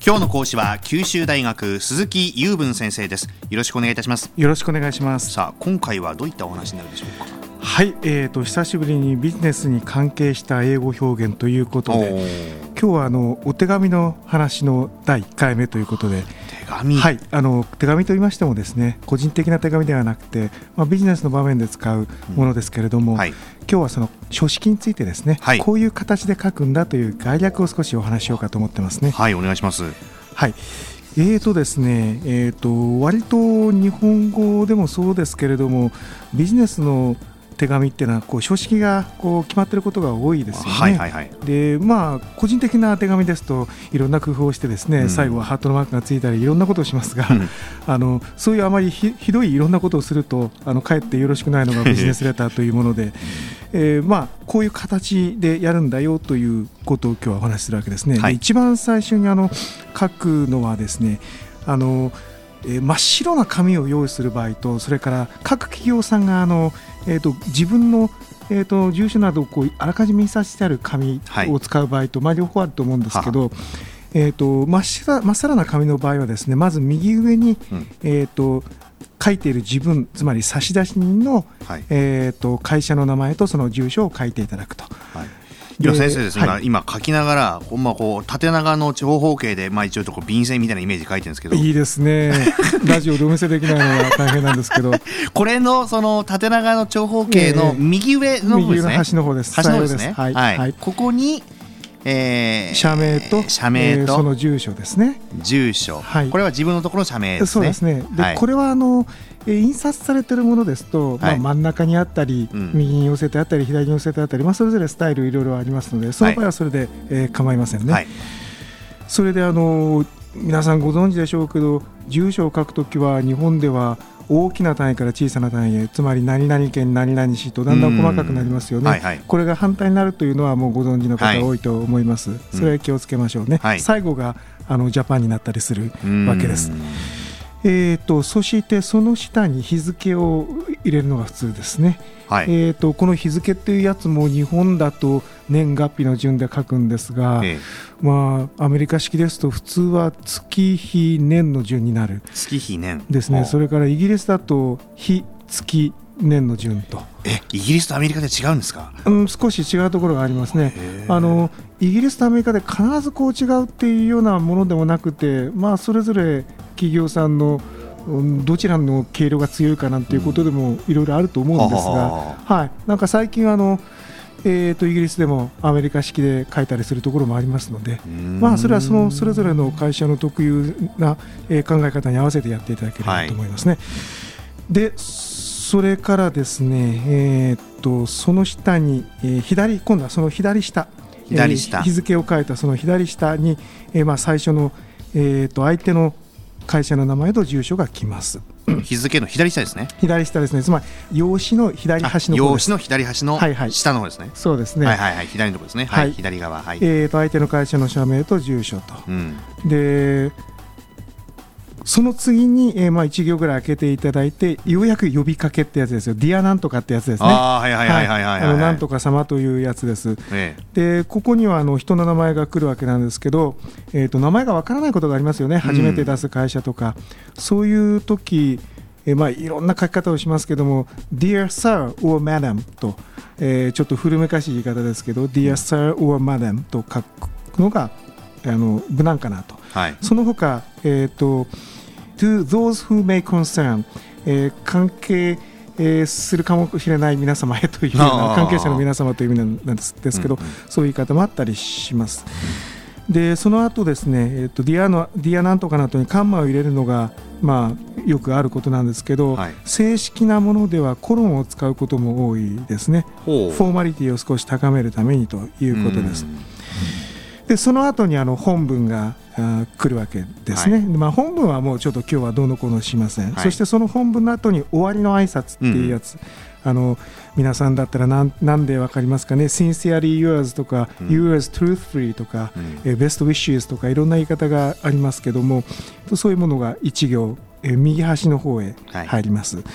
今日の講師は九州大学鈴木雄文先生です。よろしくお願いいたします。 よろしくお願いします。 さあ、今回はどういったお話になるでしょうか。 はい、久しぶりにビジネスに関係した英語表現ということで、今日はお手紙の話の第1回目ということで、 手紙、 はい、手紙といいましてもですね、個人的な手紙ではなくて、ビジネスの場面で使うものですけれども、はい、今日はその書式についてですね、はい、こういう形で書くんだという概略を少しお話ししようかと思ってますね。 はい、お願いします。 はい、ですね、割と日本語でもそうですけれども、ビジネスの手紙っていうのは書式が決まっていることが多いですよね。 はいはいはい、 で個人的な手紙ですといろんな工夫をしてですね、最後はハートのマークがついたりいろんなことをしますが、そういうあまり ひどいいろんなことをするとかえってよろしくないのがビジネスレターというものでこういう形でやるんだよということを今日はお話しするわけですね。はい、で一番最初に書くのはですね、真っ白な紙を用意する場合と、それから各企業さんが自分の住所などをあらかじめ印刷してある紙を使う場合と、両方あると思うんですけど、真っさらな紙の場合はですね、まず右上に、書いている自分、つまり差出人の、会社の名前とその住所を書いていただくと。 いや先生ですね、今書きながら縦長の長方形で、一応便箋みたいなイメージ書いてるんですけど、 いいですね。ラジオでお見せできないのが大変なんですけどこれのその縦長の長方形の右上の方ですね。右上の端の方です。 端の方ですね。ここに社名とその住所ですね。 住所、これは自分のところの社名ですね。 そうですね。で、これは印刷されているものですと、真ん中にあったり、右に寄せてあったり左に寄せてあったり、それぞれスタイルいろいろありますので、その場合はそれで、構いませんね。それで皆さんご存知でしょうけど、住所を書くときは日本では大きな単位から小さな単位へ、つまり何々県何々市とだんだん細かくなりますよね。これが反対になるというのはもうご存知の方多いと思います。それは気をつけましょうね。最後がジャパンになったりするわけです。そしてその下に日付を入れるのが普通ですね。この日付というやつも日本だと年月日の順で書くんですが、アメリカ式ですと普通は月日年の順になる。 月日年ですね。それからイギリスだと日月年の順と。 イギリスとアメリカで違うんですか。 少し違うところがありますね。イギリスとアメリカで必ず違うっていうようなものでもなくて、それぞれ企業さんのどちらの経路が強いかなんていうことでもいろいろあると思うんですが、なんか最近イギリスでもアメリカ式で書いたりするところもありますので、それはそれぞれの会社の特有な考え方に合わせてやっていただければと思いますね。でそれからですね、その下に、今度はその左下、日付を書いたその左下に、最初の、相手の会社の名前と住所が来ます。 日付の左下ですね。 左下ですね。つまり用紙の左端の方です。 用紙の左端の下の方ですね。 そうですね。 左のところですね。左側。 相手の会社の社名と住所と。でその次に、1行ぐらい開けていただいて、ようやく呼びかけってやつですよ。ディアなんとかってやつですね。なんとか様というやつです。でここには人の名前が来るわけなんですけど、名前がわからないことがありますよね。初めて出す会社とか、そういう時、いろんな書き方をしますけども、 Dear Sir or Madam と、ちょっと古めかしい言い方ですけど Dear Sir or Madam と書くのが無難かなと。その他、To those who may concern、関係するかもしれない皆様へというような、関係者の皆様という意味なんですけど、そういう言い方もあったりします。でその後ですね、ディアなんとかなどにカンマを入れるのが、よくあることなんですけど、正式なものではコロンを使うことも多いですね。フォーマリティを少し高めるためにということです。でその後に本文が来るわけですね。本文はもうちょっと今日はどうのこうのしません。そしてその本文の後に終わりの挨拶っていうやつ、皆さんだったらなんでわかりますかね。 Sincerely yours とか、yours truthfully とか、best wishes とかいろんな言い方がありますけども、そういうものが1行、右端の方へ入ります。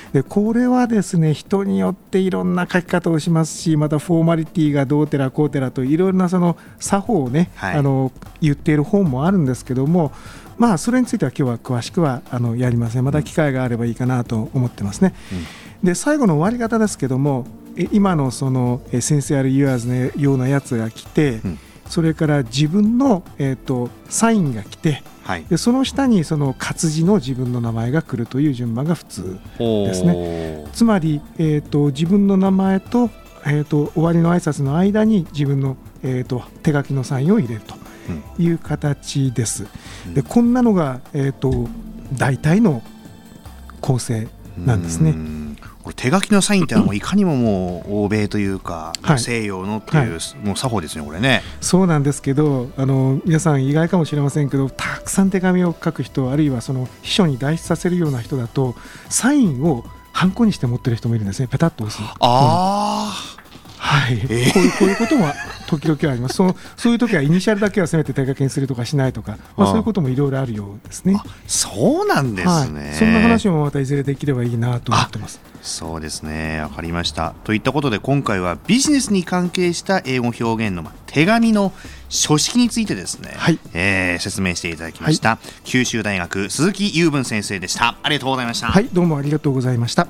でこれはですね、人によっていろんな書き方をしますし、またフォーマリティがどうてらこうてらといろいろなその作法をね、言っている本もあるんですけども、それについては今日は詳しくはやりません。また機会があればいいかなと思ってますね。で最後の終わり方ですけども、今のそのセンスアルユアーズのようなやつが来て、それから自分の、サインが来て、でその下にその活字の自分の名前が来るという順番が普通ですね。つまり、自分の名前と、終わりの挨拶の間に自分の、手書きのサインを入れるという形です。でこんなのが、大体の構成なんですね。 これ手書きのサインっていかにももう欧米というか、西洋のっていう、もう作法ですねこれね。 そうなんですけど、皆さん意外かもしれませんけど、たくさん手紙を書く人、あるいはその秘書に代筆させるような人だと、サインをハンコにして持ってる人もいるんですね。ペタッと押す。こういうことも時々あります。そういう時はイニシャルだけはせめて手書きにするとかしないとか、そういうこともいろいろあるようですね。 そうなんですね。 そんな話もまたいずれできればいいなと思ってます。 そうですね、わかりました。といったことで今回はビジネスに関係した英語表現の手紙の書式についてですね、説明していただきました、九州大学鈴木雄文先生でした。ありがとうございました。 どうもありがとうございました。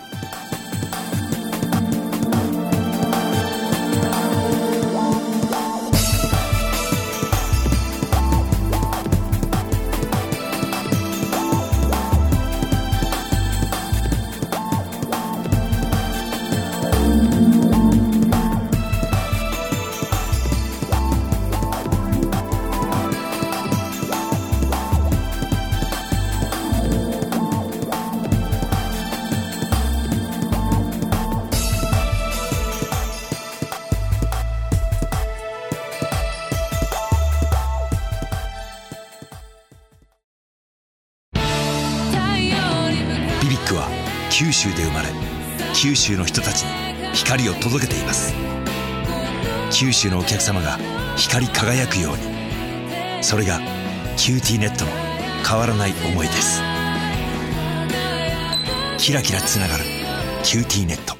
ビビックは九州で生まれ、九州の人たちに光を届けています。九州のお客様が光り輝くように、それがキューティーネットの変わらない思いです。キラキラつながるキューティーネット。